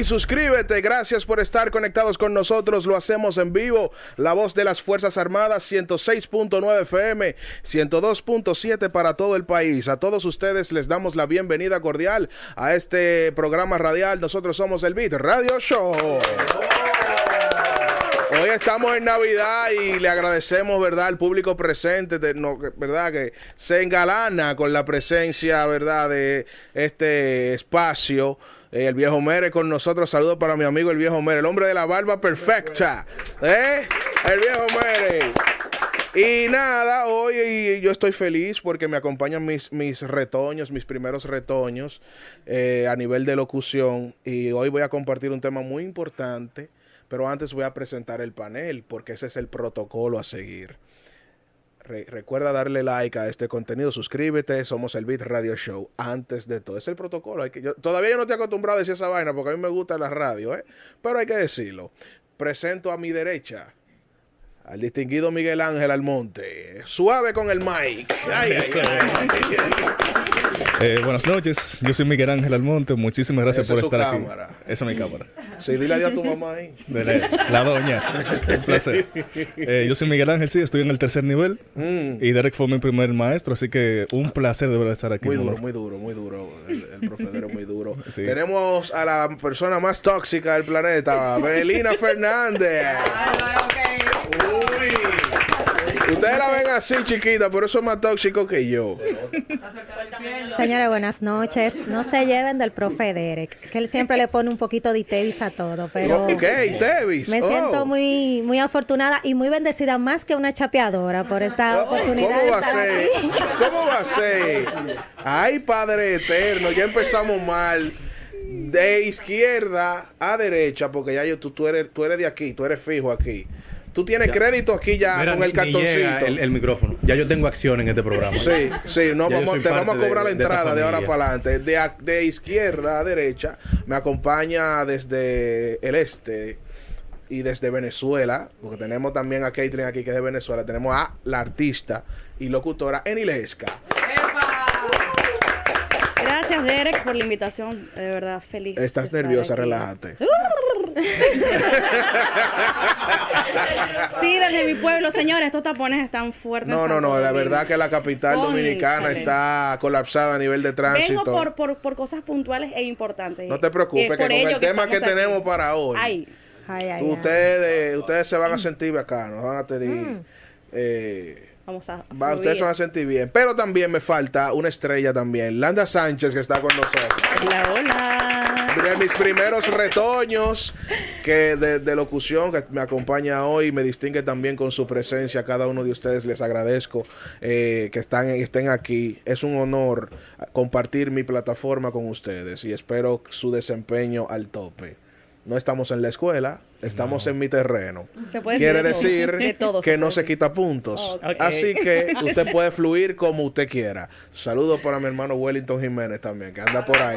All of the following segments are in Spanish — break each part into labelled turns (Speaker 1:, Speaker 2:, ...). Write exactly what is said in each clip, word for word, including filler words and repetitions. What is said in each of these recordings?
Speaker 1: suscríbete. Gracias por estar conectados con nosotros. Lo hacemos en vivo. La voz de las Fuerzas Armadas, ciento seis punto nueve F M, ciento dos punto siete para todo el país. A todos ustedes les damos la bienvenida cordial a este programa radial. Nosotros somos el Beat Radio Show. Hoy estamos en Navidad y le agradecemos, ¿verdad?, al público presente, de, no, ¿verdad?, que se engalana con la presencia, ¿verdad?, de este espacio. Eh, el viejo Mere con nosotros. Saludos para mi amigo el viejo Mere, el hombre de la barba perfecta. ¿Eh? El viejo Mere. Y nada, hoy yo estoy feliz porque me acompañan mis, mis retoños, mis primeros retoños eh, a nivel de locución. Y hoy voy a compartir un tema muy importante. Pero antes voy a presentar el panel, porque ese es el protocolo a seguir. Re recuerda darle like a este contenido, suscríbete, somos el Beat Radio Show. Antes de todo, es el protocolo. Hay que, yo, todavía yo no estoy acostumbrado a decir esa vaina, porque a mí me gusta la radio, ¿eh? Pero hay que decirlo. Presento a mi derecha al distinguido Miguel Ángel Almonte. Suave con el mic. Ay, ay, ay.
Speaker 2: Eh, buenas noches, yo soy Miguel Ángel Almonte, muchísimas gracias
Speaker 1: Esa
Speaker 2: por
Speaker 1: es
Speaker 2: estar
Speaker 1: cámara.
Speaker 2: aquí. Esa es mi cámara.
Speaker 1: Sí, dile adiós a tu mamá ahí.
Speaker 2: Dele, la doña, un placer. Eh, yo soy Miguel Ángel, sí, estoy en el tercer nivel mm. y Derek fue mi primer maestro, así que un placer de verdad estar aquí.
Speaker 1: Muy duro, muy duro, muy duro, el, el profesor es muy duro. Sí. Tenemos a la persona más tóxica del planeta, Belina Fernández. Uy. Ustedes la ven así chiquita, pero eso es más tóxico que yo.
Speaker 3: Señores, buenas noches. No se lleven del profe Derek, que él siempre le pone un poquito de Tevis a todo, pero
Speaker 1: ok, Tevis.
Speaker 3: Me oh. siento muy, muy afortunada y muy bendecida, más que una chapeadora, por esta oh, oportunidad.
Speaker 1: ¿Cómo va
Speaker 3: de
Speaker 1: a ser? Aquí. ¿Cómo va a ser? Ay, Padre Eterno, ya empezamos mal. De izquierda a derecha, porque ya yo, tú, tú, eres, tú eres de aquí, tú eres fijo aquí. Tú tienes ya. crédito aquí ya. Mira, con el cartoncito.
Speaker 4: El, el micrófono. Ya yo tengo acción en este programa.
Speaker 1: Sí, sí. No, vamos, te vamos a cobrar de, la entrada de, de ahora para adelante. De, de izquierda a derecha me acompaña desde el este y desde Venezuela, porque tenemos también a Caitlin aquí que es de Venezuela. Tenemos a la artista y locutora Enilesca.
Speaker 5: Gracias, Derek, por la invitación. De verdad, feliz.
Speaker 1: Estás nerviosa, relájate.
Speaker 5: Sí, desde mi pueblo, señores, estos tapones están fuertes.
Speaker 1: No, no, no, la verdad que la capital Con dominicana chale. está colapsada a nivel de tránsito.
Speaker 5: Vengo por, por, por cosas puntuales e importantes.
Speaker 1: No te preocupes, eh, que con el que tema que aquí. tenemos para hoy,
Speaker 5: ay. Ay, ay,
Speaker 1: ustedes, ay. ustedes se van a sentir bacanos, van a tener... Mm. Eh,
Speaker 5: Vamos a
Speaker 1: Va, ustedes se van a sentir bien. Pero también me falta una estrella también. Landa Sánchez, que está con nosotros.
Speaker 5: Hola, hola.
Speaker 1: De mis primeros retoños que de, de locución, que me acompaña hoy, me distingue también con su presencia. A cada uno de ustedes les agradezco eh, que están, estén aquí. Es un honor compartir mi plataforma con ustedes y espero su desempeño al tope. No estamos en la escuela, estamos no. en mi terreno.
Speaker 5: ¿Se puede
Speaker 1: Quiere
Speaker 5: decir
Speaker 1: decir
Speaker 5: de
Speaker 1: que no se quita puntos.
Speaker 5: Okay.
Speaker 1: Así que usted puede fluir como usted quiera. Saludos para mi hermano Wellington Jiménez también, que anda por ahí.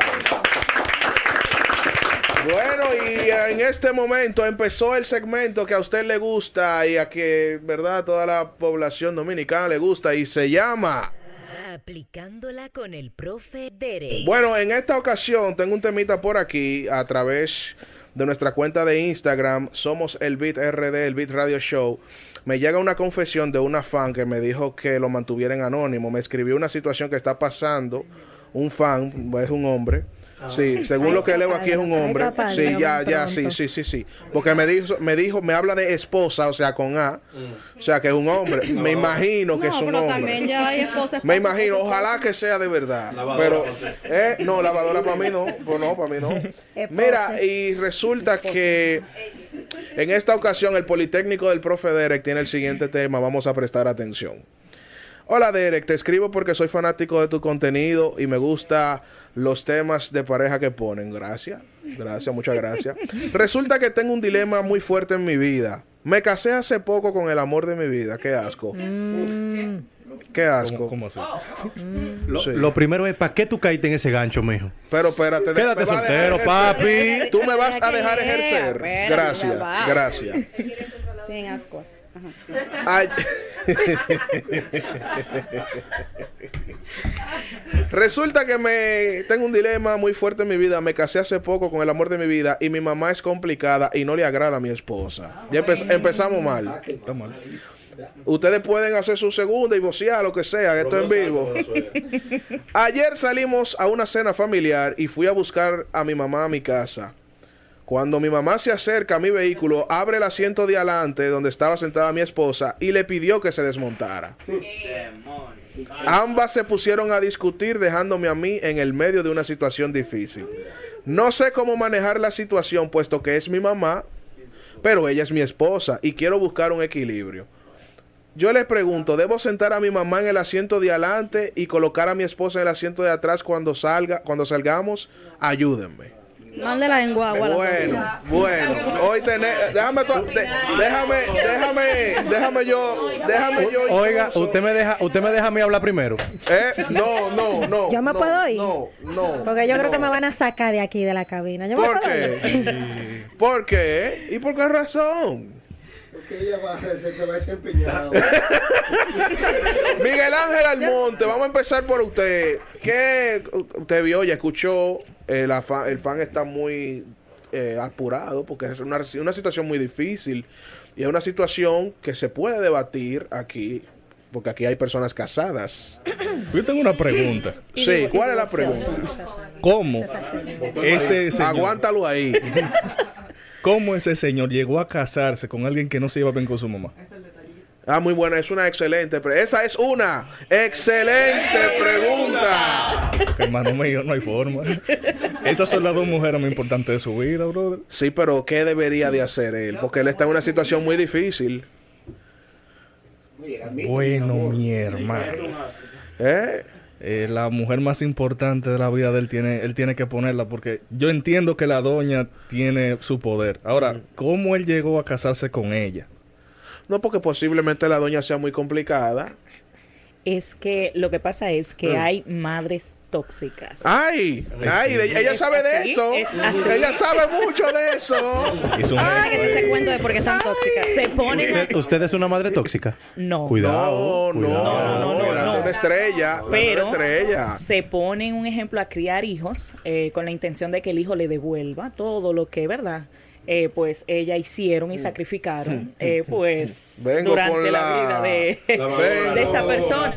Speaker 1: Bueno, y en este momento empezó el segmento que a usted le gusta y a que, verdad, toda la población dominicana le gusta y se llama...
Speaker 6: Aplicándola con el profe Derek.
Speaker 1: Bueno, en esta ocasión tengo un temita por aquí a través de nuestra cuenta de Instagram. Somos el Beat R D, el Beat Radio Show. Me llega una confesión de una fan que me dijo que lo mantuviera en anónimo. Me escribió una situación que está pasando. Un fan, es un hombre. Sí, según ay, lo que leo aquí es un hombre. Ay, papá, sí, ya, ya, sí, sí, sí, sí. Porque me dijo, me dijo, me habla de esposa, o sea, con A. O sea, que es un hombre. Me imagino que no, es un
Speaker 5: pero
Speaker 1: hombre.
Speaker 5: También ya hay esposa, esposa,
Speaker 1: me imagino,
Speaker 5: esposa,
Speaker 1: ojalá que sea de verdad. Lavadora, pero, eh, no, lavadora para mí no. Pues no, para mí no. Mira, y resulta esposa. que en esta ocasión el Politécnico del profe Derek tiene el siguiente tema. Vamos a prestar atención. Hola Derek, te escribo porque soy fanático de tu contenido y me gusta los temas de pareja que ponen. Gracias, gracias, muchas gracias. Resulta que tengo un dilema muy fuerte en mi vida. Me casé hace poco con el amor de mi vida. Qué asco. Mm. Qué asco.
Speaker 2: ¿Cómo, cómo así?
Speaker 4: Mm. Lo, sí. lo primero es, ¿para qué tú caíste en ese gancho, mijo?
Speaker 1: Pero espérate.
Speaker 4: Quédate soltero, papi.
Speaker 1: Tú me vas a dejar ejercer. Gracias, gracias.
Speaker 5: Tienen ascuas.
Speaker 1: Ay. Resulta que me tengo un dilema muy fuerte en mi vida. Me casé hace poco con el amor de mi vida y mi mamá es complicada y no le agrada a mi esposa. Ya empe- empezamos mal.
Speaker 2: Está mal.
Speaker 1: Ustedes pueden hacer su segunda y vocear, lo que sea, esto en vivo. Ayer salimos a una cena familiar y fui a buscar a mi mamá a mi casa. Cuando mi mamá se acerca a mi vehículo, abre el asiento de adelante donde estaba sentada mi esposa y le pidió que se desmontara. Ambas se pusieron a discutir dejándome a mí en el medio de una situación difícil. No sé cómo manejar la situación puesto que es mi mamá, pero ella es mi esposa y quiero buscar un equilibrio. Yo le pregunto, ¿debo sentar a mi mamá en el asiento de adelante y colocar a mi esposa en el asiento de atrás cuando salga, cuando salgamos? Ayúdenme.
Speaker 5: Mándela en guagua. la
Speaker 1: Bueno, bueno. Hoy tenés, déjame, tu- de- déjame, déjame, déjame yo, déjame yo.
Speaker 4: Oiga,
Speaker 1: incluso-
Speaker 4: usted me deja, usted me deja a mí hablar primero.
Speaker 1: ¿Eh? No, no, no.
Speaker 3: ¿Yo me
Speaker 1: no,
Speaker 3: puedo ir?
Speaker 1: No, no.
Speaker 3: Porque yo
Speaker 1: no.
Speaker 3: creo que me van a sacar de aquí, de la cabina. ¿Yo me
Speaker 1: ¿Por
Speaker 3: puedo ir?
Speaker 1: qué? ¿Por qué? ¿Y por qué razón?
Speaker 7: Porque ella va a hacer que va a desempeñar.
Speaker 1: Miguel Ángel Almonte, vamos a empezar por usted. ¿Qué usted vio, ya escuchó? Eh, la fa- el fan está muy eh, apurado porque es una, una situación muy difícil y es una situación que se puede debatir aquí, porque aquí hay personas casadas.
Speaker 2: Yo tengo una pregunta.
Speaker 1: Sí, ¿cuál es la pregunta?
Speaker 2: ¿Cómo ese señor,
Speaker 1: Aguántalo ahí.
Speaker 2: cómo ese señor llegó a casarse con alguien que no se lleva bien con su mamá?
Speaker 1: Ah, muy buena, es una excelente pre- esa es una excelente pregunta.
Speaker 2: Que hermano mío, no hay forma. Esas son las dos mujeres más importantes de su vida, brother.
Speaker 1: Sí, pero ¿qué debería de hacer él? Porque él está en una situación muy difícil.
Speaker 2: Bueno, mi hermano.
Speaker 1: ¿Eh?
Speaker 2: Eh, la mujer más importante de la vida de él tiene, él tiene que ponerla porque yo entiendo que la doña tiene su poder. Ahora, ¿cómo él llegó a casarse con ella?
Speaker 1: No, porque posiblemente la doña sea muy complicada.
Speaker 8: Es que lo que pasa es que
Speaker 1: Mm.
Speaker 8: hay madres tóxicas.
Speaker 1: ¡Ay! ¡Ay! de- ella
Speaker 8: Es
Speaker 1: sabe de
Speaker 8: así,
Speaker 1: eso.
Speaker 8: es así.
Speaker 1: Ella sabe mucho de eso.
Speaker 2: Hizo un
Speaker 1: Ay.
Speaker 5: Que ese cuento de por qué están tóxicas.
Speaker 8: Se ponen a...
Speaker 4: ¿Usted, usted es una madre tóxica?
Speaker 8: No.
Speaker 4: Cuidado.
Speaker 1: No, no,
Speaker 4: cuidado.
Speaker 1: no,
Speaker 8: no,
Speaker 1: la
Speaker 8: no.
Speaker 1: una estrella.
Speaker 8: Pero
Speaker 1: la una estrella.
Speaker 8: se ponen un ejemplo a criar hijos eh, con la intención de que el hijo le devuelva todo lo que, ¿verdad? Eh, pues ella hicieron y sacrificaron eh, pues
Speaker 1: Vengo
Speaker 8: durante
Speaker 1: con
Speaker 8: la,
Speaker 1: la-
Speaker 8: vida de,
Speaker 1: la-
Speaker 8: de esa persona.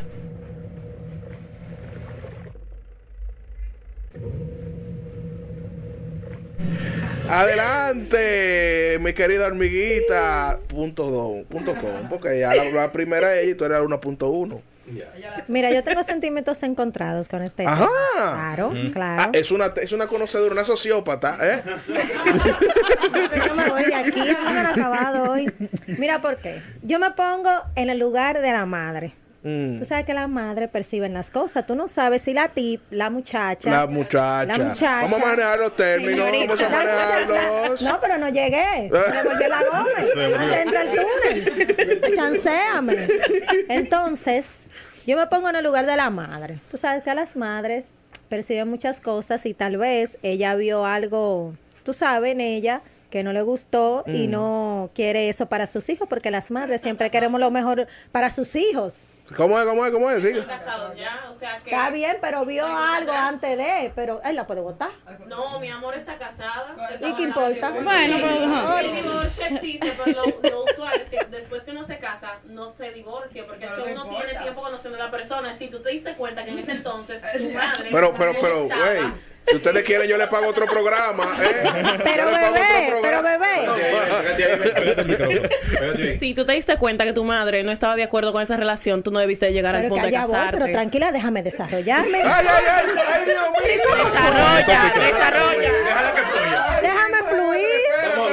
Speaker 1: Adelante, mi querida hormiguita. Punto do- punto com. Porque ya la, la primera es ella y tú eres la uno punto uno.
Speaker 3: Mira, yo tengo sentimientos encontrados con este
Speaker 1: Ajá.
Speaker 3: tema. Claro, claro.
Speaker 1: Ah, es una, es una conocedora, una sociópata, ¿eh?
Speaker 3: Yo me voy de aquí, a mí me han acabado hoy. Mira por qué. Yo me pongo en el lugar de la madre.
Speaker 1: Mm.
Speaker 3: Tú sabes que las madres perciben las cosas. Tú no sabes si la tip, la muchacha.
Speaker 1: La muchacha.
Speaker 3: La muchacha.
Speaker 1: Vamos a manejar los términos,
Speaker 3: Señorita,
Speaker 1: vamos a
Speaker 3: la muchacha-
Speaker 1: manejarlos.
Speaker 3: No, pero no llegué. Me volvió la goma. Antes de entrar al túnel. Chanceame. Entonces, yo me pongo en el lugar de la madre. Tú sabes que las madres perciben muchas cosas y tal vez ella vio algo, tú sabes, en ella que no le gustó y no quiere eso para sus hijos, porque las madres siempre queremos lo mejor para sus hijos.
Speaker 1: ¿Cómo es? ¿Cómo es? ¿Cómo es? Sigue.
Speaker 9: Casados ya, o sea que...
Speaker 3: Está bien, pero vio algo antes de, pero él la puede votar.
Speaker 9: No, mi amor está casada.
Speaker 3: ¿Y qué importa?
Speaker 5: Bueno, pero ajá.
Speaker 9: El divorcio existe, pero lo, lo usual es que después que uno se casa, no se divorcia, porque es que uno tiene tiempo conociendo a la persona. Si tú te diste cuenta que en ese entonces tu madre...
Speaker 1: Pero, pero,
Speaker 9: no
Speaker 1: pero,
Speaker 9: estaba,
Speaker 1: güey, si ustedes quieren, yo le pago otro programa, ¿eh?
Speaker 3: Pero
Speaker 1: Yo le pago
Speaker 3: bebé,
Speaker 1: otro
Speaker 3: pero
Speaker 1: programa.
Speaker 3: bebé.
Speaker 9: Si tú te diste cuenta que tu madre no estaba de acuerdo con esa relación, tú no debiste llegar al
Speaker 3: Pero que
Speaker 9: punto de
Speaker 3: allá voy,
Speaker 9: casarte.
Speaker 3: pero tranquila, déjame desarrollarme.
Speaker 1: ¡Ay, ay, ay! ¡Ay, Dios mío!
Speaker 8: Desarrolla, desarrolla.
Speaker 3: Déjame fluir.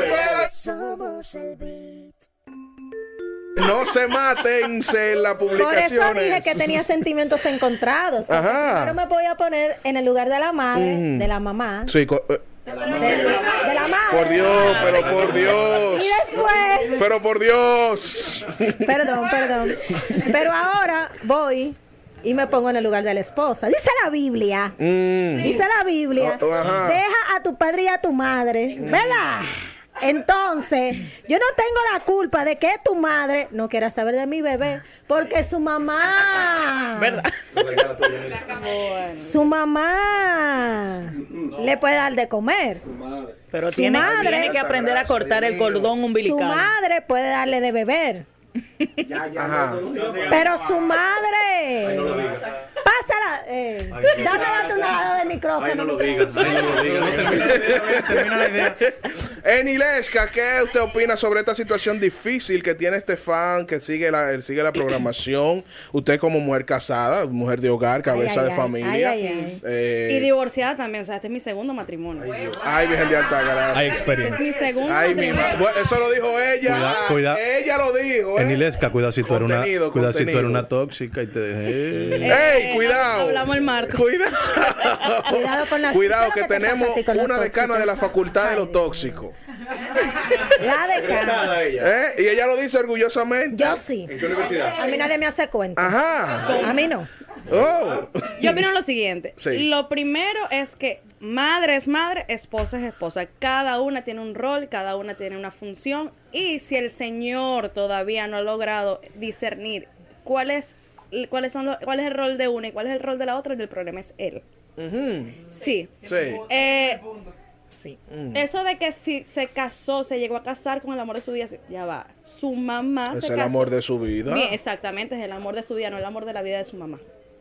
Speaker 1: No se mátense en las
Speaker 3: Por
Speaker 1: publicaciones.
Speaker 3: eso dije que tenía sentimientos encontrados. Porque
Speaker 1: Ajá.
Speaker 3: primero me voy a poner en el lugar de la madre, de la mamá,
Speaker 1: Sí, co- eh,
Speaker 3: de, de la madre.
Speaker 1: por Dios, pero por Dios.
Speaker 3: Y después,
Speaker 1: Pero por Dios.
Speaker 3: perdón, perdón. Pero ahora voy y me pongo en el lugar de la esposa. Dice la Biblia.
Speaker 1: Mm.
Speaker 3: Dice la Biblia.
Speaker 1: Oh, oh, ajá.
Speaker 3: Deja a tu padre y a tu madre. ¿Verdad? Entonces, yo no tengo la culpa de que tu madre no quiera saber de mi bebé, porque su mamá,
Speaker 8: ¿verdad?
Speaker 3: Su mamá le puede dar de comer.
Speaker 8: Pero
Speaker 3: Su
Speaker 8: tiene,
Speaker 3: madre-
Speaker 8: tiene que aprender a cortar el cordón umbilical.
Speaker 3: Su madre puede darle de beber.
Speaker 7: Ya, ya,
Speaker 1: Ajá.
Speaker 7: no, no, no, no.
Speaker 3: Pero su madre. Pásala. Eh, dame date una lado del micrófono.
Speaker 4: Ay, no lo digas, ay, no lo digas. No termina, termina la idea.
Speaker 1: Enileska, ¿qué usted opina sobre esta situación difícil que tiene Estefan, que sigue la, él sigue la programación? Usted como mujer casada, mujer de hogar, cabeza
Speaker 3: Ay, ay,
Speaker 1: de
Speaker 3: ay.
Speaker 1: familia.
Speaker 3: Ay, ay, ay.
Speaker 1: eh,
Speaker 5: Y divorciada también, o sea, este es mi segundo matrimonio.
Speaker 1: ay, Virgen de Altagracia.
Speaker 2: Hay
Speaker 5: Este es
Speaker 2: experiencia.
Speaker 5: mi segundo
Speaker 1: Ay, mi
Speaker 5: matrimonio.
Speaker 1: ma- bueno, eso lo dijo ella.
Speaker 4: Cuida- cuida-
Speaker 1: Ella lo dijo. ¿eh?
Speaker 4: Enileska, cuidado si tú eres una,
Speaker 1: Contenido,
Speaker 4: cuidado si tú eres
Speaker 1: contenido.
Speaker 4: una tóxica y te dejé.
Speaker 1: ¡Ey,
Speaker 5: Eh,
Speaker 1: cuidado!
Speaker 5: Hablamos el martes.
Speaker 1: Cuidado.
Speaker 3: Cuidado con las-
Speaker 1: Cuidado,
Speaker 3: ¿qué
Speaker 1: que
Speaker 3: es lo que te
Speaker 1: tenemos
Speaker 3: pasa a ti con los
Speaker 1: una decana de la
Speaker 3: tóxicos?
Speaker 1: facultad de
Speaker 3: Ay,
Speaker 1: los tóxicos.
Speaker 3: La de cara.
Speaker 1: ¿Eh? Y ella lo dice orgullosamente.
Speaker 3: Yo sí. A mí nadie me hace cuenta.
Speaker 1: Ajá.
Speaker 3: A mí no.
Speaker 1: Oh.
Speaker 5: Yo opino lo siguiente.
Speaker 1: Sí.
Speaker 5: Lo primero es que madre es madre, esposa es esposa. Cada una tiene un rol, cada una tiene una función. Y si el Señor todavía no ha logrado discernir cuál es, cuáles son los- cuál es el rol de una y cuál es el rol de la otra, el problema es Él. Sí.
Speaker 1: Sí.
Speaker 5: Eh,
Speaker 8: Sí.
Speaker 5: Eso de que si se casó, se llegó a casar con el amor de su vida, ya va. Su mamá
Speaker 1: Es
Speaker 5: se
Speaker 1: el
Speaker 5: casó.
Speaker 1: amor de su vida.
Speaker 5: Bien, exactamente, es el amor de su vida, no el amor de la vida de su mamá.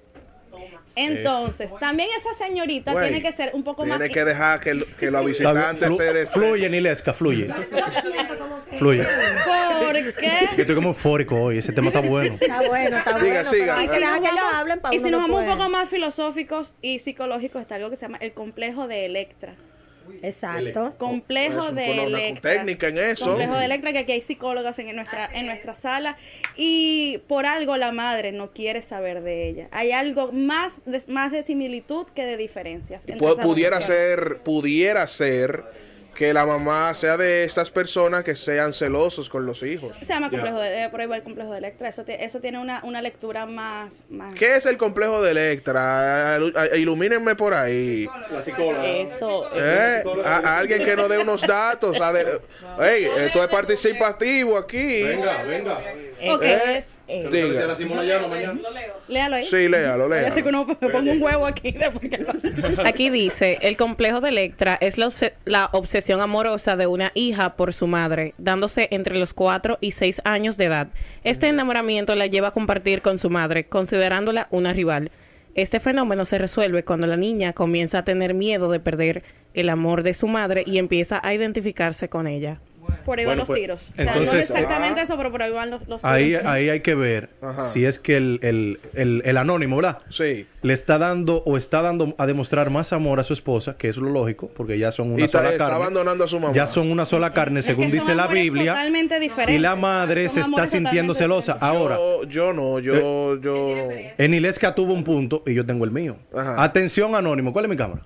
Speaker 5: Entonces, también esa señorita
Speaker 1: Güey,
Speaker 5: tiene que ser un poco más...
Speaker 1: Tiene que dejar que, lo- que los
Speaker 4: Está bien,
Speaker 1: visitantes
Speaker 4: flu-
Speaker 1: se des-
Speaker 4: Fluye, Enileska, fluye. Fluye.
Speaker 5: ¿Por
Speaker 4: Yo
Speaker 5: qué?
Speaker 4: estoy como eufórico hoy, ese tema está bueno.
Speaker 3: Está bueno, está
Speaker 1: Siga,
Speaker 3: bueno.
Speaker 1: siga.
Speaker 3: Pero
Speaker 1: Y
Speaker 3: hay
Speaker 1: si
Speaker 3: que
Speaker 5: nos
Speaker 3: dejar que ellos
Speaker 5: vamos-
Speaker 3: hablen para
Speaker 5: y si
Speaker 3: uno
Speaker 5: nos
Speaker 3: no
Speaker 5: vamos un
Speaker 3: puede.
Speaker 5: poco más filosóficos y psicológicos, está algo que se llama el complejo de Electra.
Speaker 3: Exacto.
Speaker 5: Complejo
Speaker 1: Es
Speaker 5: de
Speaker 1: con una
Speaker 5: Electra.
Speaker 1: técnica en eso.
Speaker 5: Complejo de Electra, que aquí hay psicólogas en nuestra, en nuestra sala. Y por algo la madre no quiere saber de ella. Hay algo más de, más de similitud que de diferencias. entre
Speaker 1: Pu-
Speaker 5: esas
Speaker 1: pudiera
Speaker 5: dos mujeres.
Speaker 1: ser, pudiera ser que la mamá sea de estas personas que sean celosos con los hijos.
Speaker 5: Se llama complejo de, eh, por ahí va el complejo de Electra. Eso, te- eso tiene una, una lectura más, más...
Speaker 1: ¿Qué es el complejo de Electra? Ilu- a- Ilumínenme por ahí.
Speaker 8: Eso.
Speaker 1: ¿Eh? A, a alguien que nos dé unos datos. A de- Ey, esto es participativo aquí.
Speaker 4: Venga, venga.
Speaker 5: Ok.
Speaker 8: Es, eh,
Speaker 1: Diga.
Speaker 5: Léalo ahí.
Speaker 1: Sí, léalo,
Speaker 5: Parece
Speaker 1: léalo.
Speaker 5: que uno me pongo un huevo aquí. después que no-
Speaker 10: Aquí dice, el complejo de Electra es la, obse- la obsesión amorosa de una hija por su madre, dándose entre los cuatro y seis años de edad. Este enamoramiento la lleva a compartir con su madre, considerándola una rival. Este fenómeno se resuelve cuando la niña comienza a tener miedo de perder el amor de su madre y empieza a identificarse con ella.
Speaker 5: Por ahí
Speaker 4: Bueno,
Speaker 5: van los
Speaker 4: pues,
Speaker 5: tiros. O sea, no
Speaker 4: entonces,
Speaker 5: es exactamente eso, pero por ahí van los, los tiros.
Speaker 4: Ahí, ahí hay que ver
Speaker 1: Ajá.
Speaker 4: si es que el, el, el, el anónimo, ¿verdad?
Speaker 1: Sí.
Speaker 4: Le está dando o está dando a demostrar más amor a su esposa, que es lo lógico, porque ya son
Speaker 1: Y
Speaker 4: una
Speaker 1: está,
Speaker 4: sola
Speaker 1: está
Speaker 4: carne.
Speaker 1: abandonando a su mamá.
Speaker 4: Ya son una sola carne,
Speaker 5: Es
Speaker 4: según
Speaker 5: que son
Speaker 4: dice la
Speaker 5: amores
Speaker 4: Biblia.
Speaker 5: totalmente diferentes.
Speaker 4: Y la madre
Speaker 5: Son
Speaker 4: se está
Speaker 5: amores
Speaker 4: sintiendo
Speaker 5: totalmente
Speaker 4: celosa. Ahora,
Speaker 1: Yo, yo no, yo, yo.
Speaker 4: Enileska tuvo un punto y yo tengo el mío.
Speaker 1: Ajá.
Speaker 4: Atención, anónimo. ¿Cuál es mi cámara?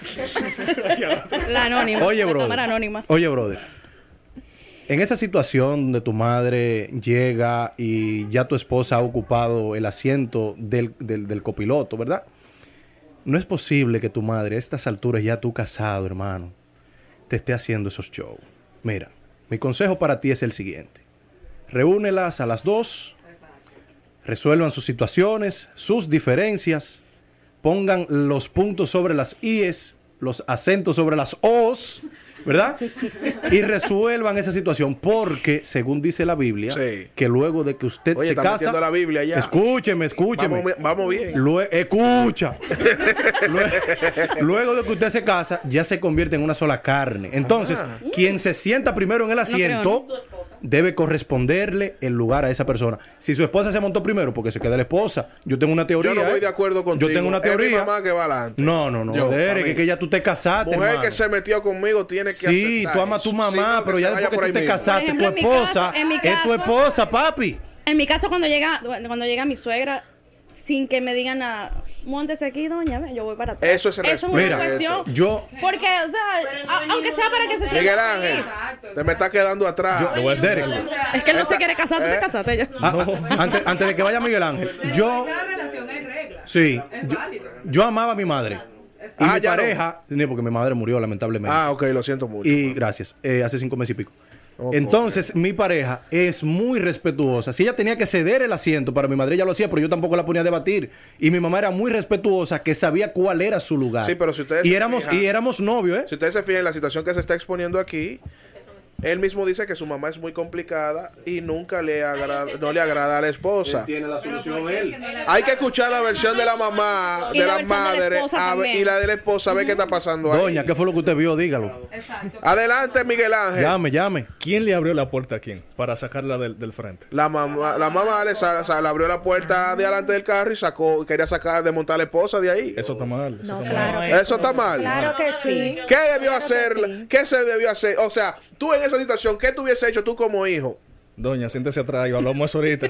Speaker 5: La anónima.
Speaker 4: Oye,
Speaker 5: la
Speaker 4: brother.
Speaker 5: cámara anónima.
Speaker 4: Oye, brother. En esa situación donde tu madre llega y ya tu esposa ha ocupado el asiento del, del, del copiloto, ¿verdad? No es posible que tu madre a estas alturas, ya tú casado, hermano, te esté haciendo esos shows. Mira, mi consejo para ti es el siguiente. Reúnelas a las dos, resuelvan sus situaciones, sus diferencias, pongan los puntos sobre las íes, los acentos sobre las os, ¿verdad? Y resuelvan esa situación porque, según dice la Biblia,
Speaker 1: Sí.
Speaker 4: que luego de que usted
Speaker 1: Oye,
Speaker 4: se
Speaker 1: está
Speaker 4: casa...
Speaker 1: metiendo la Biblia ya.
Speaker 4: Escúcheme, escúcheme.
Speaker 1: Vamos, vamos bien.
Speaker 4: Lue- escucha. Lue- Luego de que usted se casa, ya se convierte en una sola carne. Entonces, quien se sienta primero en el asiento debe corresponderle el lugar a esa persona. Si su esposa se montó primero, porque se queda la esposa. Yo tengo una teoría.
Speaker 1: Yo no voy
Speaker 4: ¿eh?
Speaker 1: de acuerdo contigo.
Speaker 4: Yo tengo una
Speaker 1: Es mi
Speaker 4: teoría.
Speaker 1: mamá que va adelante.
Speaker 4: No, no, no.
Speaker 1: Yo,
Speaker 4: Derek,
Speaker 1: para
Speaker 4: que,
Speaker 1: mí.
Speaker 4: que ya tú te casaste,
Speaker 1: Mujer
Speaker 4: hermano.
Speaker 1: que se metió conmigo tiene que
Speaker 4: Sí,
Speaker 1: aceptar
Speaker 4: tú amas a tu
Speaker 1: eso.
Speaker 4: mamá,
Speaker 1: Sí, no,
Speaker 4: pero
Speaker 1: que
Speaker 4: ya
Speaker 1: se vaya
Speaker 4: después que
Speaker 1: por
Speaker 4: tú
Speaker 1: ahí
Speaker 4: te
Speaker 1: mismo.
Speaker 4: casaste,
Speaker 5: Por ejemplo,
Speaker 4: tu
Speaker 5: en mi
Speaker 4: esposa
Speaker 5: caso- en mi
Speaker 4: es tu
Speaker 5: caso-
Speaker 4: esposa, papi.
Speaker 5: En mi caso, cuando llega, cuando llega mi suegra, sin que me digan nada, móntese aquí, doña, ve, yo voy para atrás.
Speaker 1: Eso es el
Speaker 5: Eso es
Speaker 1: respeto.
Speaker 5: una cuestión.
Speaker 4: Yo,
Speaker 5: Porque, o sea, a- aunque sea para que se sienta
Speaker 1: Miguel Ángel,
Speaker 5: feliz.
Speaker 1: te me está quedando atrás.
Speaker 2: Le voy a decir
Speaker 4: Derek,
Speaker 2: algo.
Speaker 5: Es que él no se
Speaker 1: Esa-
Speaker 5: quiere casar, tú
Speaker 1: ¿eh?
Speaker 5: te casaste ya.
Speaker 4: ah, ah, antes, antes de que vaya Miguel Ángel, yo,
Speaker 11: Cada relación hay reglas.
Speaker 4: sí,
Speaker 11: Es
Speaker 4: yo,
Speaker 11: válido.
Speaker 4: yo amaba a mi madre. Y
Speaker 1: Ah,
Speaker 4: mi
Speaker 1: ya no.
Speaker 4: pareja, no, porque mi madre murió lamentablemente.
Speaker 1: Ah, ok, lo siento mucho.
Speaker 4: Y gracias, eh, hace cinco meses y pico.
Speaker 1: Ok.
Speaker 4: Entonces, mi pareja es muy respetuosa. Si ella tenía que ceder el asiento para mi madre, ella lo hacía, pero yo tampoco la ponía a debatir. Y mi mamá era muy respetuosa, que sabía cuál era su lugar.
Speaker 1: Sí, pero si ustedes
Speaker 4: y
Speaker 1: se
Speaker 4: éramos
Speaker 1: fijan-
Speaker 4: y éramos novios, ¿eh?
Speaker 1: Si ustedes se fijan en la situación que se está exponiendo aquí, él mismo dice que su mamá es muy complicada y nunca le agrada, no le agrada a la esposa.
Speaker 4: Tiene la solución él.
Speaker 1: Hay que escuchar la versión de la mamá,
Speaker 5: Y
Speaker 1: de
Speaker 5: la
Speaker 1: la
Speaker 5: versión de la
Speaker 1: madre
Speaker 5: esposa
Speaker 1: a ver-
Speaker 5: también.
Speaker 1: y la de la esposa, a ver qué está pasando ahí.
Speaker 4: Doña, ¿qué fue lo que usted vio? Dígalo.
Speaker 1: Adelante, Miguel Ángel.
Speaker 4: Llame, llame.
Speaker 2: ¿Quién le abrió la puerta a quién para sacarla del, del frente?
Speaker 1: La mamá, la mamá le, sa- sa- le abrió la puerta de adelante del carro y sacó, quería sacar, desmontar a la esposa de ahí.
Speaker 2: Eso está mal. Eso
Speaker 3: No,
Speaker 2: está
Speaker 3: claro
Speaker 2: mal.
Speaker 3: que
Speaker 1: Eso está mal.
Speaker 3: Claro que sí.
Speaker 1: ¿Qué debió
Speaker 3: Claro que
Speaker 1: hacer?
Speaker 3: sí.
Speaker 1: ¿Qué se debió hacer? O sea, tú en esa situación, ¿qué tú hubiese hecho tú como hijo?
Speaker 2: Doña, siéntese atrás y hablamos eso ahorita.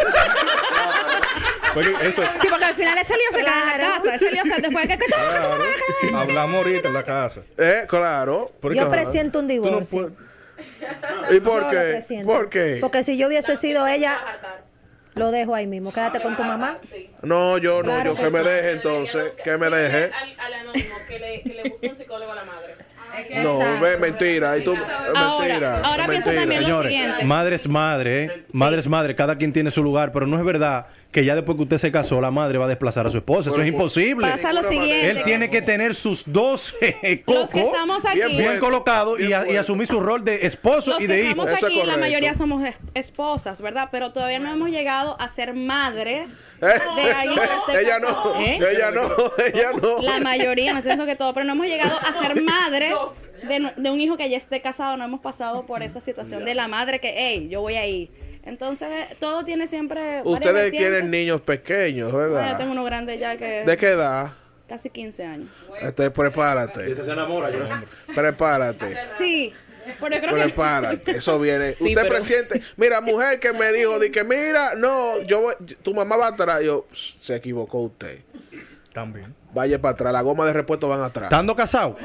Speaker 2: Porque eso,
Speaker 5: Sí, porque al final ese lío se queda en la
Speaker 3: Claro.
Speaker 5: casa. Ese lío se después que... que
Speaker 2: claro, hablamos ahorita en la casa.
Speaker 1: Eh, claro.
Speaker 2: Porque-
Speaker 3: Yo presiento un
Speaker 2: Tú no
Speaker 3: divorcio.
Speaker 2: puedes-
Speaker 1: ¿Y por
Speaker 3: Yo lo
Speaker 1: qué?
Speaker 3: presiento.
Speaker 1: ¿Por qué?
Speaker 3: Porque si yo hubiese sido ella, lo dejo ahí mismo. Quédate con tu mamá.
Speaker 1: No, yo no,
Speaker 3: Claro
Speaker 1: yo
Speaker 3: que
Speaker 1: que me
Speaker 3: sí.
Speaker 1: deje entonces, que me deje.
Speaker 9: Al, al anónimo, que le, que le busque un psicólogo a la madre.
Speaker 1: No,
Speaker 3: Exacto.
Speaker 1: ve, mentira. Y tú,
Speaker 5: Ahora,
Speaker 1: mentira.
Speaker 5: ahora pienso
Speaker 1: mentira.
Speaker 5: también lo
Speaker 4: Señores,
Speaker 5: siguiente.
Speaker 4: madre es madre, ¿eh? Madre es madre, cada quien tiene su lugar, pero no es verdad que ya después que usted se casó, la madre va a desplazar a su esposa. Eso es imposible.
Speaker 5: Pasa lo siguiente.
Speaker 4: Él tiene que tener sus dos eh,
Speaker 5: Los
Speaker 4: cocos
Speaker 5: que estamos aquí...
Speaker 1: Bien
Speaker 4: bien colocados y,
Speaker 1: Bien
Speaker 4: a- y
Speaker 1: puesto.
Speaker 4: asumir su rol de esposo
Speaker 5: Los
Speaker 4: y
Speaker 5: que
Speaker 4: de hijo.
Speaker 5: estamos
Speaker 1: Eso es
Speaker 5: aquí, la
Speaker 1: correcto.
Speaker 5: mayoría somos es- esposas, ¿verdad? Pero todavía no hemos llegado a ser madres
Speaker 1: Eh,
Speaker 5: de alguien que esté
Speaker 1: ella no,
Speaker 5: casado.
Speaker 8: ¿Eh?
Speaker 1: ella no, ella no.
Speaker 5: La mayoría, no pienso que todo, pero no hemos llegado a ser madres de, nu- de un hijo que ya esté casado. No hemos pasado por esa situación de la madre que, hey, yo voy ahí. Entonces, todo tiene siempre. varias
Speaker 1: Ustedes
Speaker 5: vertientes.
Speaker 1: tienen niños pequeños,
Speaker 5: Bueno, yo
Speaker 1: ¿verdad?
Speaker 5: tengo uno grande ya que.
Speaker 1: ¿De qué edad?
Speaker 5: Casi quince años.
Speaker 1: Este, prepárate,
Speaker 4: se enamora, yo.
Speaker 1: prepárate.
Speaker 5: Sí, pero yo creo que.
Speaker 1: Prepárate, eso viene.
Speaker 8: Sí,
Speaker 1: Usted
Speaker 8: pero-
Speaker 1: presiente. Mira, mujer que me dijo, de que mira, no, yo voy- tu mamá va atrás. Yo, se equivocó usted.
Speaker 2: También.
Speaker 1: Vaya para atrás, la goma de repuesto van atrás.
Speaker 4: ¿Estando casado?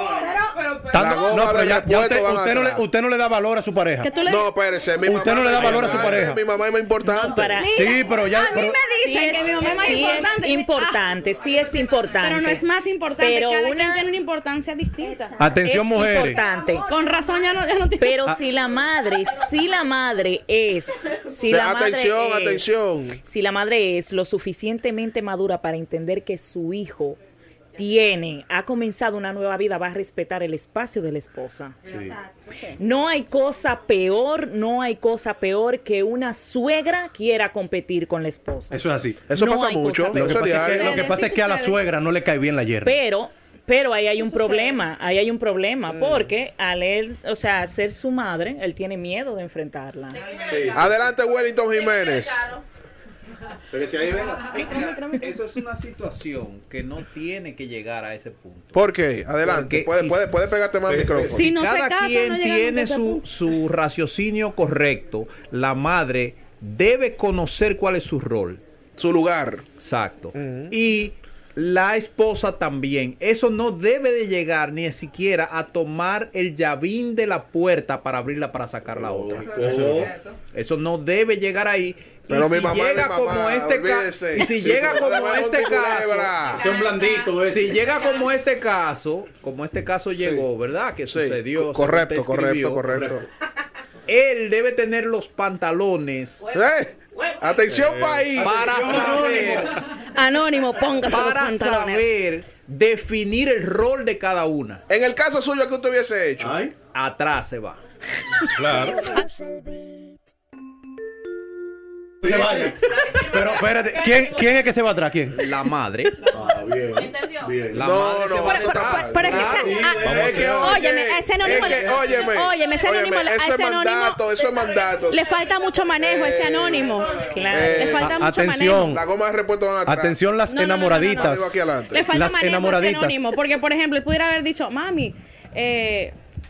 Speaker 1: La
Speaker 4: Estando-
Speaker 1: goma
Speaker 4: no, pero
Speaker 1: de
Speaker 4: ya, ya
Speaker 1: repuesto
Speaker 4: usted,
Speaker 1: van
Speaker 4: usted no le,
Speaker 1: atrás.
Speaker 4: usted no le da valor a su pareja.
Speaker 5: Que tú le.
Speaker 1: No, espérese, mi
Speaker 4: Usted
Speaker 1: mamá
Speaker 4: no le da
Speaker 1: es
Speaker 4: valor a su
Speaker 1: importante,
Speaker 4: pareja.
Speaker 1: Mi mamá es más importante.
Speaker 8: para-
Speaker 4: Sí, pero ya.
Speaker 5: a mí
Speaker 4: pero-
Speaker 5: me dicen que mi mamá es más
Speaker 8: sí
Speaker 5: importante.
Speaker 8: es importante, sí es importante.
Speaker 5: Pero no es más importante.
Speaker 8: Pero
Speaker 5: Cada quien
Speaker 8: una-
Speaker 5: tiene una importancia distinta.
Speaker 4: Atención,
Speaker 8: es
Speaker 4: mujeres.
Speaker 8: importante.
Speaker 5: Con razón ya no, ya no tiene.
Speaker 8: Pero si la madre, si la madre es, si
Speaker 1: O sea,
Speaker 8: la madre
Speaker 1: atención,
Speaker 8: es-
Speaker 1: atención.
Speaker 8: si la madre es lo suficientemente madura para entender que su hijo tiene, ha comenzado una nueva vida, va a respetar el espacio de la esposa. No hay cosa peor, no hay cosa peor que una suegra quiera competir con la esposa.
Speaker 4: Eso es así.
Speaker 1: Eso
Speaker 8: No
Speaker 1: pasa
Speaker 8: hay
Speaker 1: mucho.
Speaker 8: cosa
Speaker 4: Lo que
Speaker 1: Eso
Speaker 4: pasa es que,
Speaker 1: diario.
Speaker 4: lo que, pasa es que a la suegra no le cae bien la yerba.
Speaker 8: Pero, pero ahí hay un problema, ahí hay un problema, porque al él, o sea, ser su madre, él tiene miedo de enfrentarla.
Speaker 1: Adelante, Wellington Jiménez.
Speaker 11: Eso es una situación que no tiene que llegar a ese punto.
Speaker 1: ¿Por qué? Adelante.
Speaker 11: Porque
Speaker 1: Puede,
Speaker 11: si-
Speaker 1: puede, puede pegarte más al micrófono.
Speaker 5: Si no se
Speaker 11: Cada
Speaker 5: casa,
Speaker 11: quien
Speaker 5: no llegamos
Speaker 11: tiene
Speaker 5: a ese
Speaker 11: su,
Speaker 5: punto.
Speaker 11: su raciocinio correcto. La madre debe conocer cuál es su rol.
Speaker 1: Su lugar.
Speaker 11: Exacto. Y la esposa también. Eso no debe de llegar ni siquiera a tomar el llavín de la puerta para abrirla para sacar la otra. Eso, eso no debe llegar ahí.
Speaker 1: Pero
Speaker 11: y
Speaker 1: mi
Speaker 11: si
Speaker 1: mamá es
Speaker 11: llega
Speaker 1: mi mamá,
Speaker 11: como este caso,
Speaker 1: olvídese.
Speaker 11: y si llega
Speaker 1: Sí,
Speaker 11: como
Speaker 1: podemos
Speaker 11: este
Speaker 1: un culebra.
Speaker 11: caso,
Speaker 4: Son blanditos.
Speaker 11: si llega como este caso, como este caso llegó, ¿verdad? Que
Speaker 1: Sí,
Speaker 11: sucedió.
Speaker 1: co- correcto,
Speaker 11: según te
Speaker 1: correcto,
Speaker 11: escribió,
Speaker 1: correcto.
Speaker 11: Él debe tener los pantalones
Speaker 1: ¡Eh! Atención, país.
Speaker 11: para saber,
Speaker 5: Anónimo, póngase los
Speaker 11: para
Speaker 5: pantalones.
Speaker 11: saber definir el rol de cada una.
Speaker 1: En el caso suyo, ¿qué usted hubiese hecho?
Speaker 11: Atrás se va.
Speaker 2: Claro.
Speaker 4: Se vaya. Pero espérate, ¿quién, ¿quién es que se va atrás? ¿Quién?
Speaker 11: La madre.
Speaker 9: ¿Entendió?
Speaker 11: La
Speaker 1: No,
Speaker 11: madre se
Speaker 1: no,
Speaker 11: va
Speaker 5: Pero, pero-
Speaker 11: atrás.
Speaker 5: pero es que
Speaker 1: Ah,
Speaker 5: ese,
Speaker 1: sí,
Speaker 5: ah,
Speaker 1: es que, oye,
Speaker 5: óyeme, a ese anónimo
Speaker 1: es que,
Speaker 5: le-
Speaker 1: óyeme,
Speaker 5: óyeme, ese anónimo
Speaker 1: óyeme,
Speaker 5: le- a
Speaker 1: eso
Speaker 5: ese
Speaker 1: es
Speaker 5: anónimo
Speaker 1: mandato, eso es mandato.
Speaker 5: le falta mucho manejo a ese anónimo.
Speaker 8: Claro.
Speaker 1: Eh,
Speaker 5: Le falta
Speaker 4: a-
Speaker 5: mucho
Speaker 4: atención.
Speaker 5: manejo.
Speaker 1: La goma de repuesto van atrás.
Speaker 4: Atención las
Speaker 5: No, no, no, no, no, no.
Speaker 4: enamoraditas.
Speaker 1: Arriba, aquí adelante.
Speaker 5: Le falta
Speaker 4: Las
Speaker 5: manejo a ese
Speaker 4: enamoraditas.
Speaker 5: anónimo, porque por ejemplo, él pudiera haber dicho, mami, eh,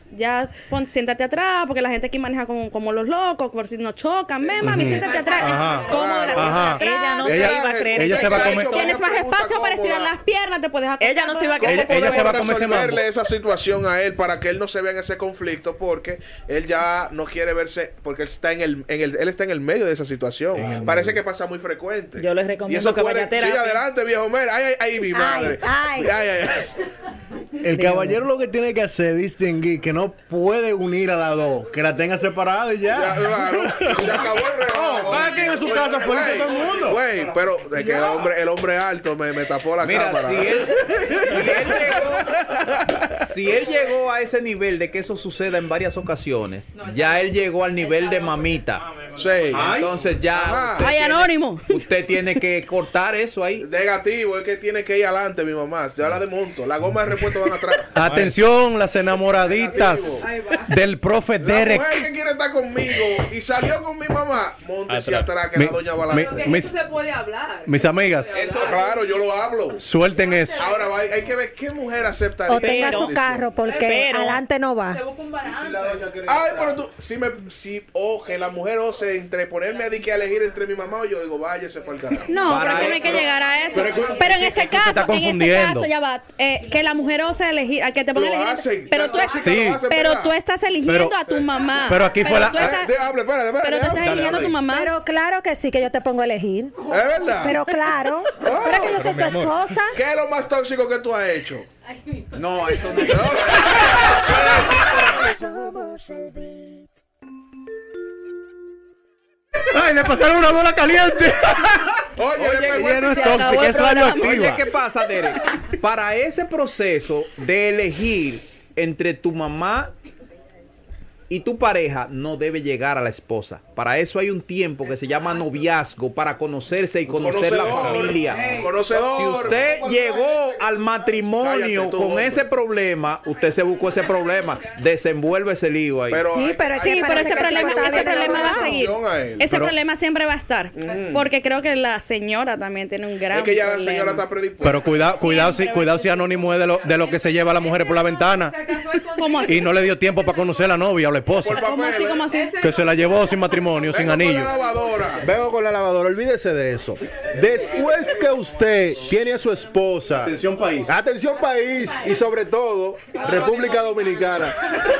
Speaker 5: ya pon, siéntate atrás, porque la gente aquí maneja como, como los locos, por si no chocan. Ven, mami, siéntate atrás.
Speaker 4: Ajá.
Speaker 5: Es cómodo la
Speaker 4: Ajá.
Speaker 5: siéntate atrás.
Speaker 8: Ella no
Speaker 4: Ella-
Speaker 8: se iba a creer.
Speaker 4: ella se va a comer-
Speaker 5: Tienes más espacio para estirar las piernas, te puedes acostar.
Speaker 8: Ella no se iba a creer.
Speaker 4: Ella- ella se va a
Speaker 1: Podemos
Speaker 4: comer ese mambo.
Speaker 1: resolverle esa situación a él para que él no se vea en ese conflicto, porque él ya no quiere verse, porque él está en el, en el él está en el medio de esa situación. Parece que pasa muy frecuente.
Speaker 8: Yo les
Speaker 1: Y
Speaker 8: recomiendo
Speaker 1: eso
Speaker 8: que
Speaker 1: puede,
Speaker 8: vaya a
Speaker 1: sí,
Speaker 8: terapia.
Speaker 1: adelante, viejo Mer. Ay, ay, ay, mi madre.
Speaker 3: ay.
Speaker 1: ay, ay, ay.
Speaker 12: El caballero lo que tiene que hacer es distinguir que no puede unir a las dos, que la tenga separada y ya.
Speaker 1: Ya, claro. Se acabó el relajo.
Speaker 12: Oh, cada quien en su casa, feliz a todo el mundo.
Speaker 1: Güey, pero es que el hombre, el hombre alto me, me tapó la
Speaker 11: Mira,
Speaker 1: cámara.
Speaker 11: si él, si él llegó, si él llegó a ese nivel de que eso suceda en varias ocasiones, ya él llegó al nivel de mamita.
Speaker 1: Sí.
Speaker 11: Entonces ya
Speaker 1: Ajá.
Speaker 11: usted
Speaker 5: Ay,
Speaker 11: tiene-
Speaker 5: anónimo.
Speaker 11: Usted tiene que cortar eso ahí.
Speaker 1: Negativo, es que tiene que ir adelante, mi mamá. Ya la desmonto. La goma de repuesto van atrás.
Speaker 4: Atención, las enamoraditas del profe
Speaker 1: La
Speaker 4: Derek.
Speaker 1: mujer que quiere estar conmigo y salió con mi mamá, monte atrás, que
Speaker 4: Mi-
Speaker 1: la doña va
Speaker 4: mi-
Speaker 1: adelante.
Speaker 4: mis,
Speaker 9: puede hablar.
Speaker 4: mis amigas,
Speaker 1: Eso, claro, yo lo hablo.
Speaker 4: suelten eso.
Speaker 1: Ahora va- hay que ver qué mujer aceptaría.
Speaker 3: O tenga
Speaker 1: esa
Speaker 3: su
Speaker 1: condición.
Speaker 3: carro porque
Speaker 8: Pero-
Speaker 3: adelante no va.
Speaker 9: busca un balance.
Speaker 1: Ay, pero tú, si me, si, o que la mujer ose entre ponerme a, di que a elegir entre mi mamá o yo, digo, váyase para el carajo.
Speaker 5: No,
Speaker 11: Para
Speaker 5: pero es que no
Speaker 11: él,
Speaker 5: hay que
Speaker 11: pero-
Speaker 5: llegar a eso.
Speaker 1: pero es que-
Speaker 5: Pero en ese caso,
Speaker 4: está
Speaker 5: en ese
Speaker 4: confundiendo.
Speaker 5: caso, ya va, eh, que la mujer ose elegir, a que te ponga
Speaker 1: Lo
Speaker 5: a elegir.
Speaker 1: hacen,
Speaker 5: pero
Speaker 1: las
Speaker 5: tú,
Speaker 1: chicas
Speaker 4: Sí.
Speaker 1: lo hacen,
Speaker 5: pero
Speaker 1: ¿verdad?
Speaker 5: tú estás eligiendo
Speaker 4: Pero-
Speaker 5: a tu mamá.
Speaker 4: pero aquí fue la-
Speaker 5: tú
Speaker 1: Eh,
Speaker 5: estás-
Speaker 1: de- hable, espérate, espérate,
Speaker 5: pero tú estás
Speaker 1: hable.
Speaker 5: eligiendo a tu mamá.
Speaker 3: Pero claro que sí, que yo te pongo a elegir.
Speaker 1: Es verdad.
Speaker 3: Pero claro. Pero es que yo soy tu esposa.
Speaker 1: ¿Qué es lo más tóxico que tú has hecho?
Speaker 11: No, eso no.
Speaker 4: ¡Ay, me pasaron una bola caliente!
Speaker 1: Oye,
Speaker 11: Oye,
Speaker 1: le pegó
Speaker 12: Ella
Speaker 1: el-
Speaker 12: no es
Speaker 5: Se acabó
Speaker 12: tóxica,
Speaker 5: el
Speaker 12: es
Speaker 5: programa.
Speaker 12: radioactiva.
Speaker 11: Oye, ¿qué pasa, Derek? Para ese proceso de elegir entre tu mamá y tu pareja, no debe llegar a la esposa. Para eso hay un tiempo que se llama noviazgo, para conocerse y conocer la
Speaker 1: Conocedor.
Speaker 11: familia.
Speaker 1: Conocedor.
Speaker 11: Si usted llegó al matrimonio
Speaker 1: Cállate tú,
Speaker 11: con
Speaker 1: hombre.
Speaker 11: ese problema, usted se buscó ese problema, desenvuelve ese lío ahí.
Speaker 1: Pero,
Speaker 3: Sí, pero es que
Speaker 5: Sí, pero
Speaker 3: parece
Speaker 5: ese
Speaker 3: que
Speaker 5: problema,
Speaker 3: tú estás
Speaker 5: ese
Speaker 3: viendo
Speaker 5: problema va a
Speaker 3: una
Speaker 5: seguir.
Speaker 1: opción a él.
Speaker 5: Ese
Speaker 4: Pero-
Speaker 5: problema siempre va a estar. Porque creo que la señora también tiene un gran
Speaker 1: es que ya la
Speaker 5: problema.
Speaker 1: señora está predispuesta.
Speaker 4: Pero cuidado, cuidado, si,
Speaker 5: Siempre
Speaker 4: cuidado si Anónimo es de lo, de lo que se lleva a las mujeres por la ventana
Speaker 5: ¿Cómo así?
Speaker 4: y no le dio tiempo para conocer a la novia o la esposa.
Speaker 1: Por
Speaker 5: ¿Cómo así?
Speaker 1: papeles.
Speaker 5: ¿Cómo así?
Speaker 4: Que se la llevó sin matrimonio, sin
Speaker 1: Vengo con
Speaker 4: anillo.
Speaker 1: la lavadora.
Speaker 13: Vengo con la lavadora, olvídese de eso. Después que usted tiene a su esposa.
Speaker 4: Atención, país.
Speaker 13: Atención país y sobre todo República Dominicana.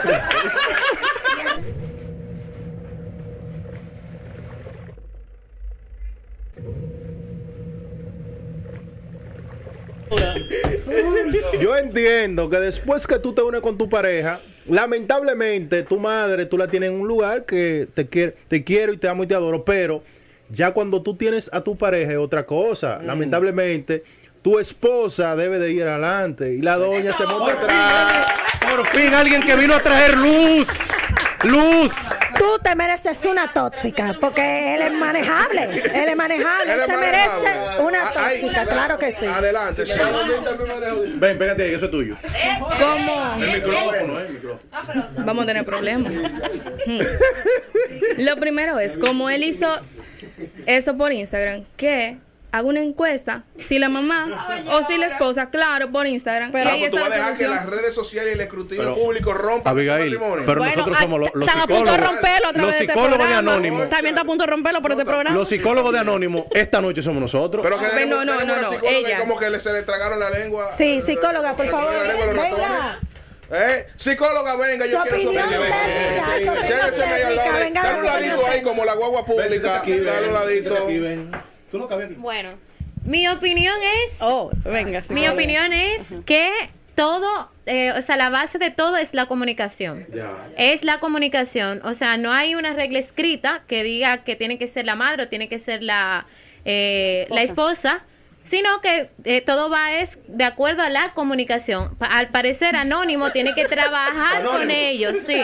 Speaker 13: Yo entiendo que después que tú te unes con tu pareja, lamentablemente tu madre tú la tienes en un lugar que te quiere, te quiero y te amo y te adoro, pero ya cuando tú tienes a tu pareja es otra cosa. Lamentablemente tu esposa debe de ir adelante y la doña se monta atrás.
Speaker 4: Por fin alguien que vino a traer luz. Luz.
Speaker 3: Tú te mereces una tóxica, porque él es manejable. Él es manejable. Él
Speaker 1: Él es
Speaker 3: se
Speaker 1: manejable.
Speaker 3: merece una
Speaker 1: Ah, ay,
Speaker 3: tóxica, claro que sí.
Speaker 1: Adelante, sí.
Speaker 4: Ven, pégate ahí, eso es tuyo.
Speaker 5: ¿Cómo?
Speaker 4: El micrófono, eh, el micrófono.
Speaker 5: Vamos a tener problemas. Hmm. Lo primero es, como él hizo eso por Instagram, que haga una encuesta, si la mamá o si la esposa, claro, por Instagram.
Speaker 1: Pero
Speaker 5: y ahí
Speaker 1: tú
Speaker 5: está
Speaker 1: vas a
Speaker 5: la
Speaker 1: dejar que
Speaker 5: solución.
Speaker 1: las redes sociales y el escrutinio
Speaker 4: Pero-
Speaker 1: público rompan
Speaker 4: Abigail,
Speaker 1: ese matrimonio.
Speaker 4: pero
Speaker 5: Bueno,
Speaker 4: nosotros
Speaker 5: ah,
Speaker 4: somos los, los
Speaker 5: están a punto de
Speaker 4: psicólogos.
Speaker 5: romperlo a través
Speaker 4: Los
Speaker 5: de este
Speaker 4: psicólogos de
Speaker 5: programa.
Speaker 4: Anónimo.
Speaker 5: También está a punto de romperlo por este programa.
Speaker 4: Los psicólogos de Anónimo, esta noche somos nosotros.
Speaker 1: Pero que
Speaker 5: Pero
Speaker 1: tenemos,
Speaker 5: no, no,
Speaker 1: tenemos
Speaker 5: no,
Speaker 1: una
Speaker 5: no,
Speaker 1: psicóloga y
Speaker 5: ella.
Speaker 1: como que le, se le tragaron la lengua.
Speaker 3: Sí, psicóloga, por
Speaker 1: Le
Speaker 3: favor.
Speaker 1: tragaron la lengua a los
Speaker 3: Venga.
Speaker 1: ratones. ¿Eh? Psicóloga, venga, yo
Speaker 3: Su
Speaker 1: quiero su
Speaker 3: opinión
Speaker 1: opinión.
Speaker 3: técnica, su opinión
Speaker 1: Siéntese medio al lado.
Speaker 3: técnica, venga,
Speaker 1: Dale un
Speaker 3: su opinión
Speaker 1: ladito ahí
Speaker 3: técnica.
Speaker 1: como la guagua pública. Dale un ladito.
Speaker 4: Tú no cabías aquí.
Speaker 14: Bueno, mi opinión es,
Speaker 5: Oh, venga. sí,
Speaker 14: mi
Speaker 5: vale.
Speaker 14: opinión es que todo, eh, o sea, la base de todo es la comunicación. Es la comunicación. O sea, no hay una regla escrita que diga que tiene que ser la madre o tiene que ser la, eh, la esposa, sino que eh, todo va es de acuerdo a la comunicación. Pa- al parecer, Anónimo tiene que trabajar con ellos, sí.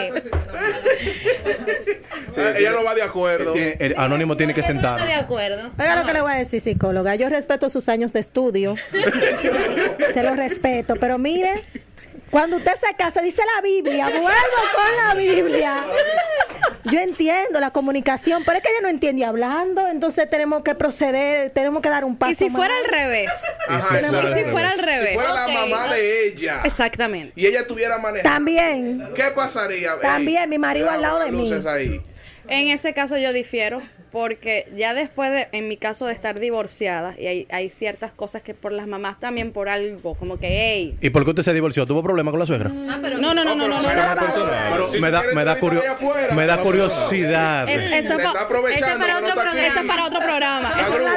Speaker 1: Ah, ella no va de acuerdo.
Speaker 4: Tiene- el Anónimo tiene que
Speaker 14: De
Speaker 4: sentar.
Speaker 14: acuerdo.
Speaker 3: Oiga lo que le voy a decir, psicóloga. Yo respeto sus años de estudio. Se los respeto. Pero mire, cuando usted se casa, dice la Biblia. Vuelvo con la Biblia. yo entiendo la comunicación, pero es que ella no entiende hablando, entonces tenemos que proceder, tenemos que dar un paso
Speaker 5: Y si
Speaker 3: más.
Speaker 5: fuera al revés.
Speaker 1: Ajá,
Speaker 5: y si
Speaker 1: exacto.
Speaker 5: fuera al revés.
Speaker 1: Si fuera la
Speaker 5: Ok.
Speaker 1: mamá de ella.
Speaker 5: Exactamente.
Speaker 1: Y ella estuviera manejando.
Speaker 3: También.
Speaker 1: ¿Qué pasaría?
Speaker 3: También, mi marido al lado de mí.
Speaker 1: Luces ahí.
Speaker 5: En ese caso yo difiero, porque ya después de, en mi caso de estar divorciada, y hay, hay ciertas cosas que por las mamás también por algo, como que, hey.
Speaker 4: ¿Y por qué usted se divorció? ¿Tuvo problemas con la suegra?
Speaker 5: No, no, no, no, no, no.
Speaker 4: Pero me da, me da, curio- me da curiosidad.
Speaker 5: Es- eso, es pa- eso es para otro pro- eso es para otro programa. Eso es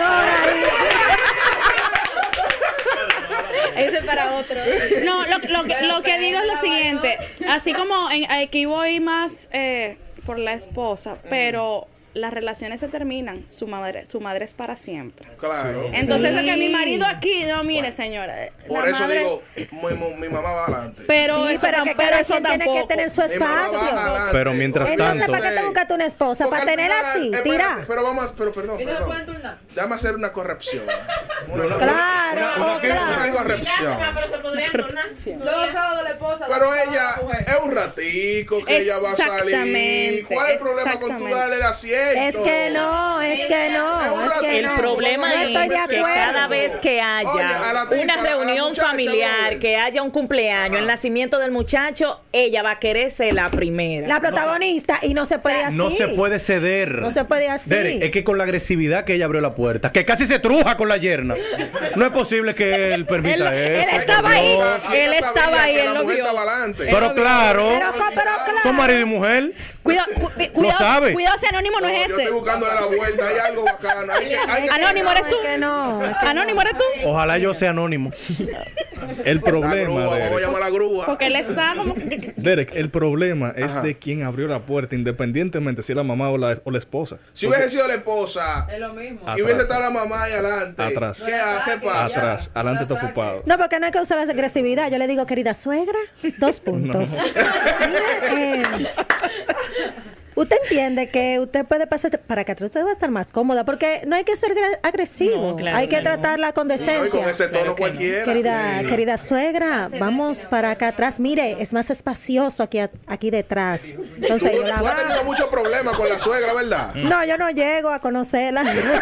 Speaker 5: Ese es para otro. No, lo, lo, que, lo que digo es lo siguiente. Así como en, aquí voy más eh, por la esposa, pero las relaciones se terminan. Su madre, su madre es para siempre.
Speaker 1: Claro.
Speaker 5: Entonces,
Speaker 1: Sí.
Speaker 5: es que mi marido aquí, no, mire, señora.
Speaker 1: Por
Speaker 5: la
Speaker 1: eso
Speaker 5: madre-
Speaker 1: digo, mi, mi- mi mamá va adelante.
Speaker 5: Pero
Speaker 3: Sí,
Speaker 5: eso,
Speaker 3: pero
Speaker 5: tam-
Speaker 3: que
Speaker 5: pero
Speaker 3: cada
Speaker 5: eso
Speaker 3: quien tiene
Speaker 5: tampoco.
Speaker 3: que tener su
Speaker 1: Mi mamá va
Speaker 3: espacio.
Speaker 1: adelante.
Speaker 4: Pero mientras
Speaker 3: Entonces,
Speaker 4: tanto.
Speaker 3: ¿para qué te buscas una esposa?
Speaker 1: Porque
Speaker 3: ¿Para
Speaker 1: al
Speaker 3: tener
Speaker 1: final,
Speaker 3: así?
Speaker 1: espérate,
Speaker 3: Tira.
Speaker 1: Pero vamos, pero perdón, perdón. Déjame hacer una corrección. Una, una-
Speaker 3: Claro,
Speaker 1: una- una-
Speaker 3: claro.
Speaker 1: una corrección.
Speaker 9: Pero se podrían tornar.
Speaker 14: Los sábados la esposa.
Speaker 1: Pero ella es un ratico que ella va a salir.
Speaker 5: Exactamente,
Speaker 1: ¿Cuál es el problema con tú
Speaker 5: exactamente.
Speaker 1: darle el asiento?
Speaker 3: Es que no, es que no, es que
Speaker 8: El
Speaker 3: no.
Speaker 8: problema
Speaker 3: no
Speaker 8: es
Speaker 3: estoy de
Speaker 8: que
Speaker 3: acuerdo.
Speaker 8: cada vez que haya
Speaker 1: Oye, a la tipa,
Speaker 8: una
Speaker 1: a la
Speaker 8: reunión
Speaker 1: muchacha,
Speaker 8: familiar,
Speaker 1: brother.
Speaker 8: que haya un cumpleaños, el nacimiento del muchacho, ella va a querer ser la primera.
Speaker 3: La protagonista y no se puede así.
Speaker 4: No se puede ceder.
Speaker 3: No se puede así.
Speaker 4: Derek, es que con la agresividad que ella abrió la puerta, que casi se truja con la yerna, no es posible que él permita
Speaker 5: Él-
Speaker 4: eso.
Speaker 5: él estaba
Speaker 4: por
Speaker 5: ahí.
Speaker 4: Dios.
Speaker 5: Él estaba ahí, él lo vio.
Speaker 4: Pero claro,
Speaker 3: Pero, pero claro.
Speaker 4: son marido y mujer.
Speaker 5: Cuidado, cu- cuidado,
Speaker 4: sabe.
Speaker 5: cuidado si Anónimo no, es
Speaker 1: Yo
Speaker 5: este.
Speaker 1: estoy buscándole la vuelta, hay algo bacano. Hay que, hay que
Speaker 5: Anónimo, ¿eres tú?
Speaker 3: Es que no, es que
Speaker 5: Anónimo, ¿eres tú?
Speaker 4: Ojalá yo sea anónimo.
Speaker 2: El
Speaker 1: La
Speaker 2: problema,
Speaker 1: grúa, vamos a
Speaker 2: Derek,
Speaker 1: llamar a la grúa.
Speaker 5: Porque él está como que-
Speaker 2: Derek, el problema es
Speaker 1: Ajá.
Speaker 2: de quién abrió la puerta, independientemente si es la mamá o la, o la esposa.
Speaker 1: Si hubiese sido la esposa
Speaker 9: Es lo mismo.
Speaker 1: y
Speaker 2: Atrás.
Speaker 1: hubiese estado la mamá ahí adelante,
Speaker 2: Atrás.
Speaker 1: ¿qué, ¿qué pasa?
Speaker 2: Atrás, adelante está ocupado.
Speaker 3: No, porque no hay que usar la agresividad. Yo le digo, querida suegra, dos puntos. Mire, eh, usted entiende que usted puede pasar para que atrás usted va a estar más cómoda, porque no hay que ser gra- agresivo.
Speaker 8: No, claro
Speaker 3: hay que
Speaker 8: que no.
Speaker 3: tratarla con
Speaker 1: No, y
Speaker 3: decencia.
Speaker 1: con ese tono cualquiera.
Speaker 3: Querida,
Speaker 1: Sí.
Speaker 3: querida suegra, vamos para acá atrás. Mire, es más espacioso aquí, a- aquí detrás. Entonces,
Speaker 1: Tú,
Speaker 3: yo la
Speaker 1: tú has
Speaker 3: bajo.
Speaker 1: tenido muchos problemas con la suegra, ¿verdad?
Speaker 3: No, yo no llego a conocerla.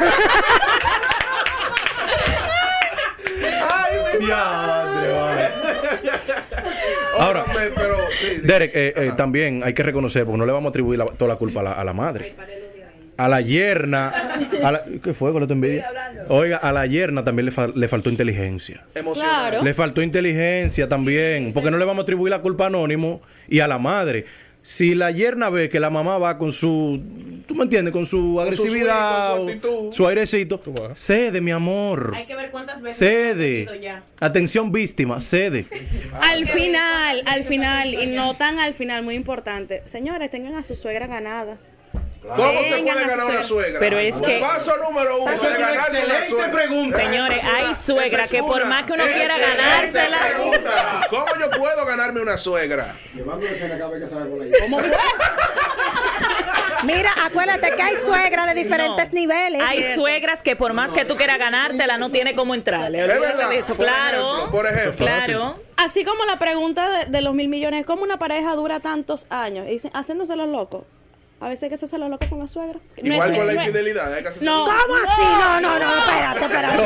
Speaker 1: Ay, mi
Speaker 4: Ahora,
Speaker 1: Óigame, pero sí, sí.
Speaker 4: Derek, eh, eh, también hay que reconocer, porque no le vamos a atribuir la- toda la culpa a la, a la madre. A la yerna. A la- ¿Qué fue con la envidia? Oiga, a la yerna también le, fal- le faltó inteligencia.
Speaker 1: Emocional.
Speaker 5: Claro.
Speaker 4: Le faltó inteligencia también, porque no le vamos a atribuir la culpa a Anónimo y a la madre. Si la yerna ve que la mamá va con su, tú me entiendes, con su agresividad,
Speaker 1: swing, con su
Speaker 4: o
Speaker 1: actitud.
Speaker 4: su airecito, cede, mi amor.
Speaker 9: Hay que ver cuántas veces hemos
Speaker 4: Cede.
Speaker 9: ido ya.
Speaker 4: Atención víctima, cede.
Speaker 5: al final, al final, y no tan al final, muy importante. Señores, tengan a su suegra ganada.
Speaker 1: ¿Cómo te
Speaker 5: Vengan
Speaker 1: puede
Speaker 5: a
Speaker 1: ganar
Speaker 5: su
Speaker 1: una
Speaker 5: suegra.
Speaker 1: suegra?
Speaker 8: Pero es que-
Speaker 1: Paso número uno
Speaker 4: Eso
Speaker 1: de
Speaker 4: es una
Speaker 1: ganarse una
Speaker 4: excelente
Speaker 1: suegra.
Speaker 4: pregunta.
Speaker 8: Señores,
Speaker 1: Esa es
Speaker 8: hay
Speaker 1: una-
Speaker 8: suegra
Speaker 1: esa es
Speaker 8: que por
Speaker 1: una
Speaker 8: más que uno quiera
Speaker 1: excelente
Speaker 8: ganársela.
Speaker 1: pregunta. ¿Cómo yo puedo ganarme una suegra?
Speaker 7: Llevándole cena cada vez que salga con la
Speaker 5: ¿Cómo fue?
Speaker 3: Mira, acuérdate que hay suegras de diferentes
Speaker 8: No.
Speaker 3: niveles.
Speaker 8: Hay suegras que por más que tú quieras ganártela, no tiene cómo entrarle.
Speaker 1: Es
Speaker 8: Olvídate
Speaker 1: verdad.
Speaker 8: de eso,
Speaker 1: Por
Speaker 8: claro.
Speaker 1: ejemplo, por ejemplo.
Speaker 8: Claro.
Speaker 5: Así como la pregunta de, de los mil millones, ¿cómo una pareja dura tantos años? Y dicen, haciéndose los locos. A veces hay que hacerse los locos con la suegra. No
Speaker 1: Igual
Speaker 5: es-
Speaker 1: con la
Speaker 5: no es-
Speaker 1: infidelidad. Hay que hacerse-
Speaker 5: No.
Speaker 3: ¿Cómo así? No, no, no, espérate, espérate.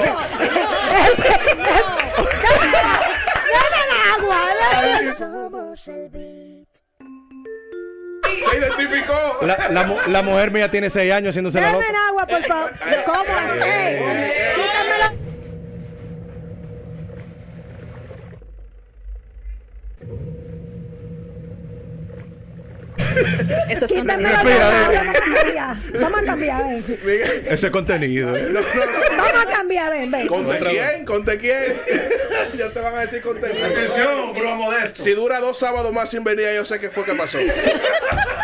Speaker 3: Dame agua, dame. Somos el beat.
Speaker 1: Se identificó.
Speaker 4: La, la mu- la mujer mía tiene seis años haciéndose la
Speaker 3: Dame
Speaker 4: loca.
Speaker 3: agua, por favor. ¿Cómo así? Quítamelo.
Speaker 5: Eso es
Speaker 3: Quítamelo.
Speaker 5: contenido.
Speaker 3: Vamos a cambiar. Vamos a cambiar, ven.
Speaker 4: Ese contenido. eh.
Speaker 3: Vamos a cambiar, ven, ven.
Speaker 1: ¿Conte quién? ¿Conte quién? Ya te van a decir conte quién.
Speaker 4: Atención, prueba modesto.
Speaker 1: Si dura dos sábados más sin venir, yo sé qué fue que pasó.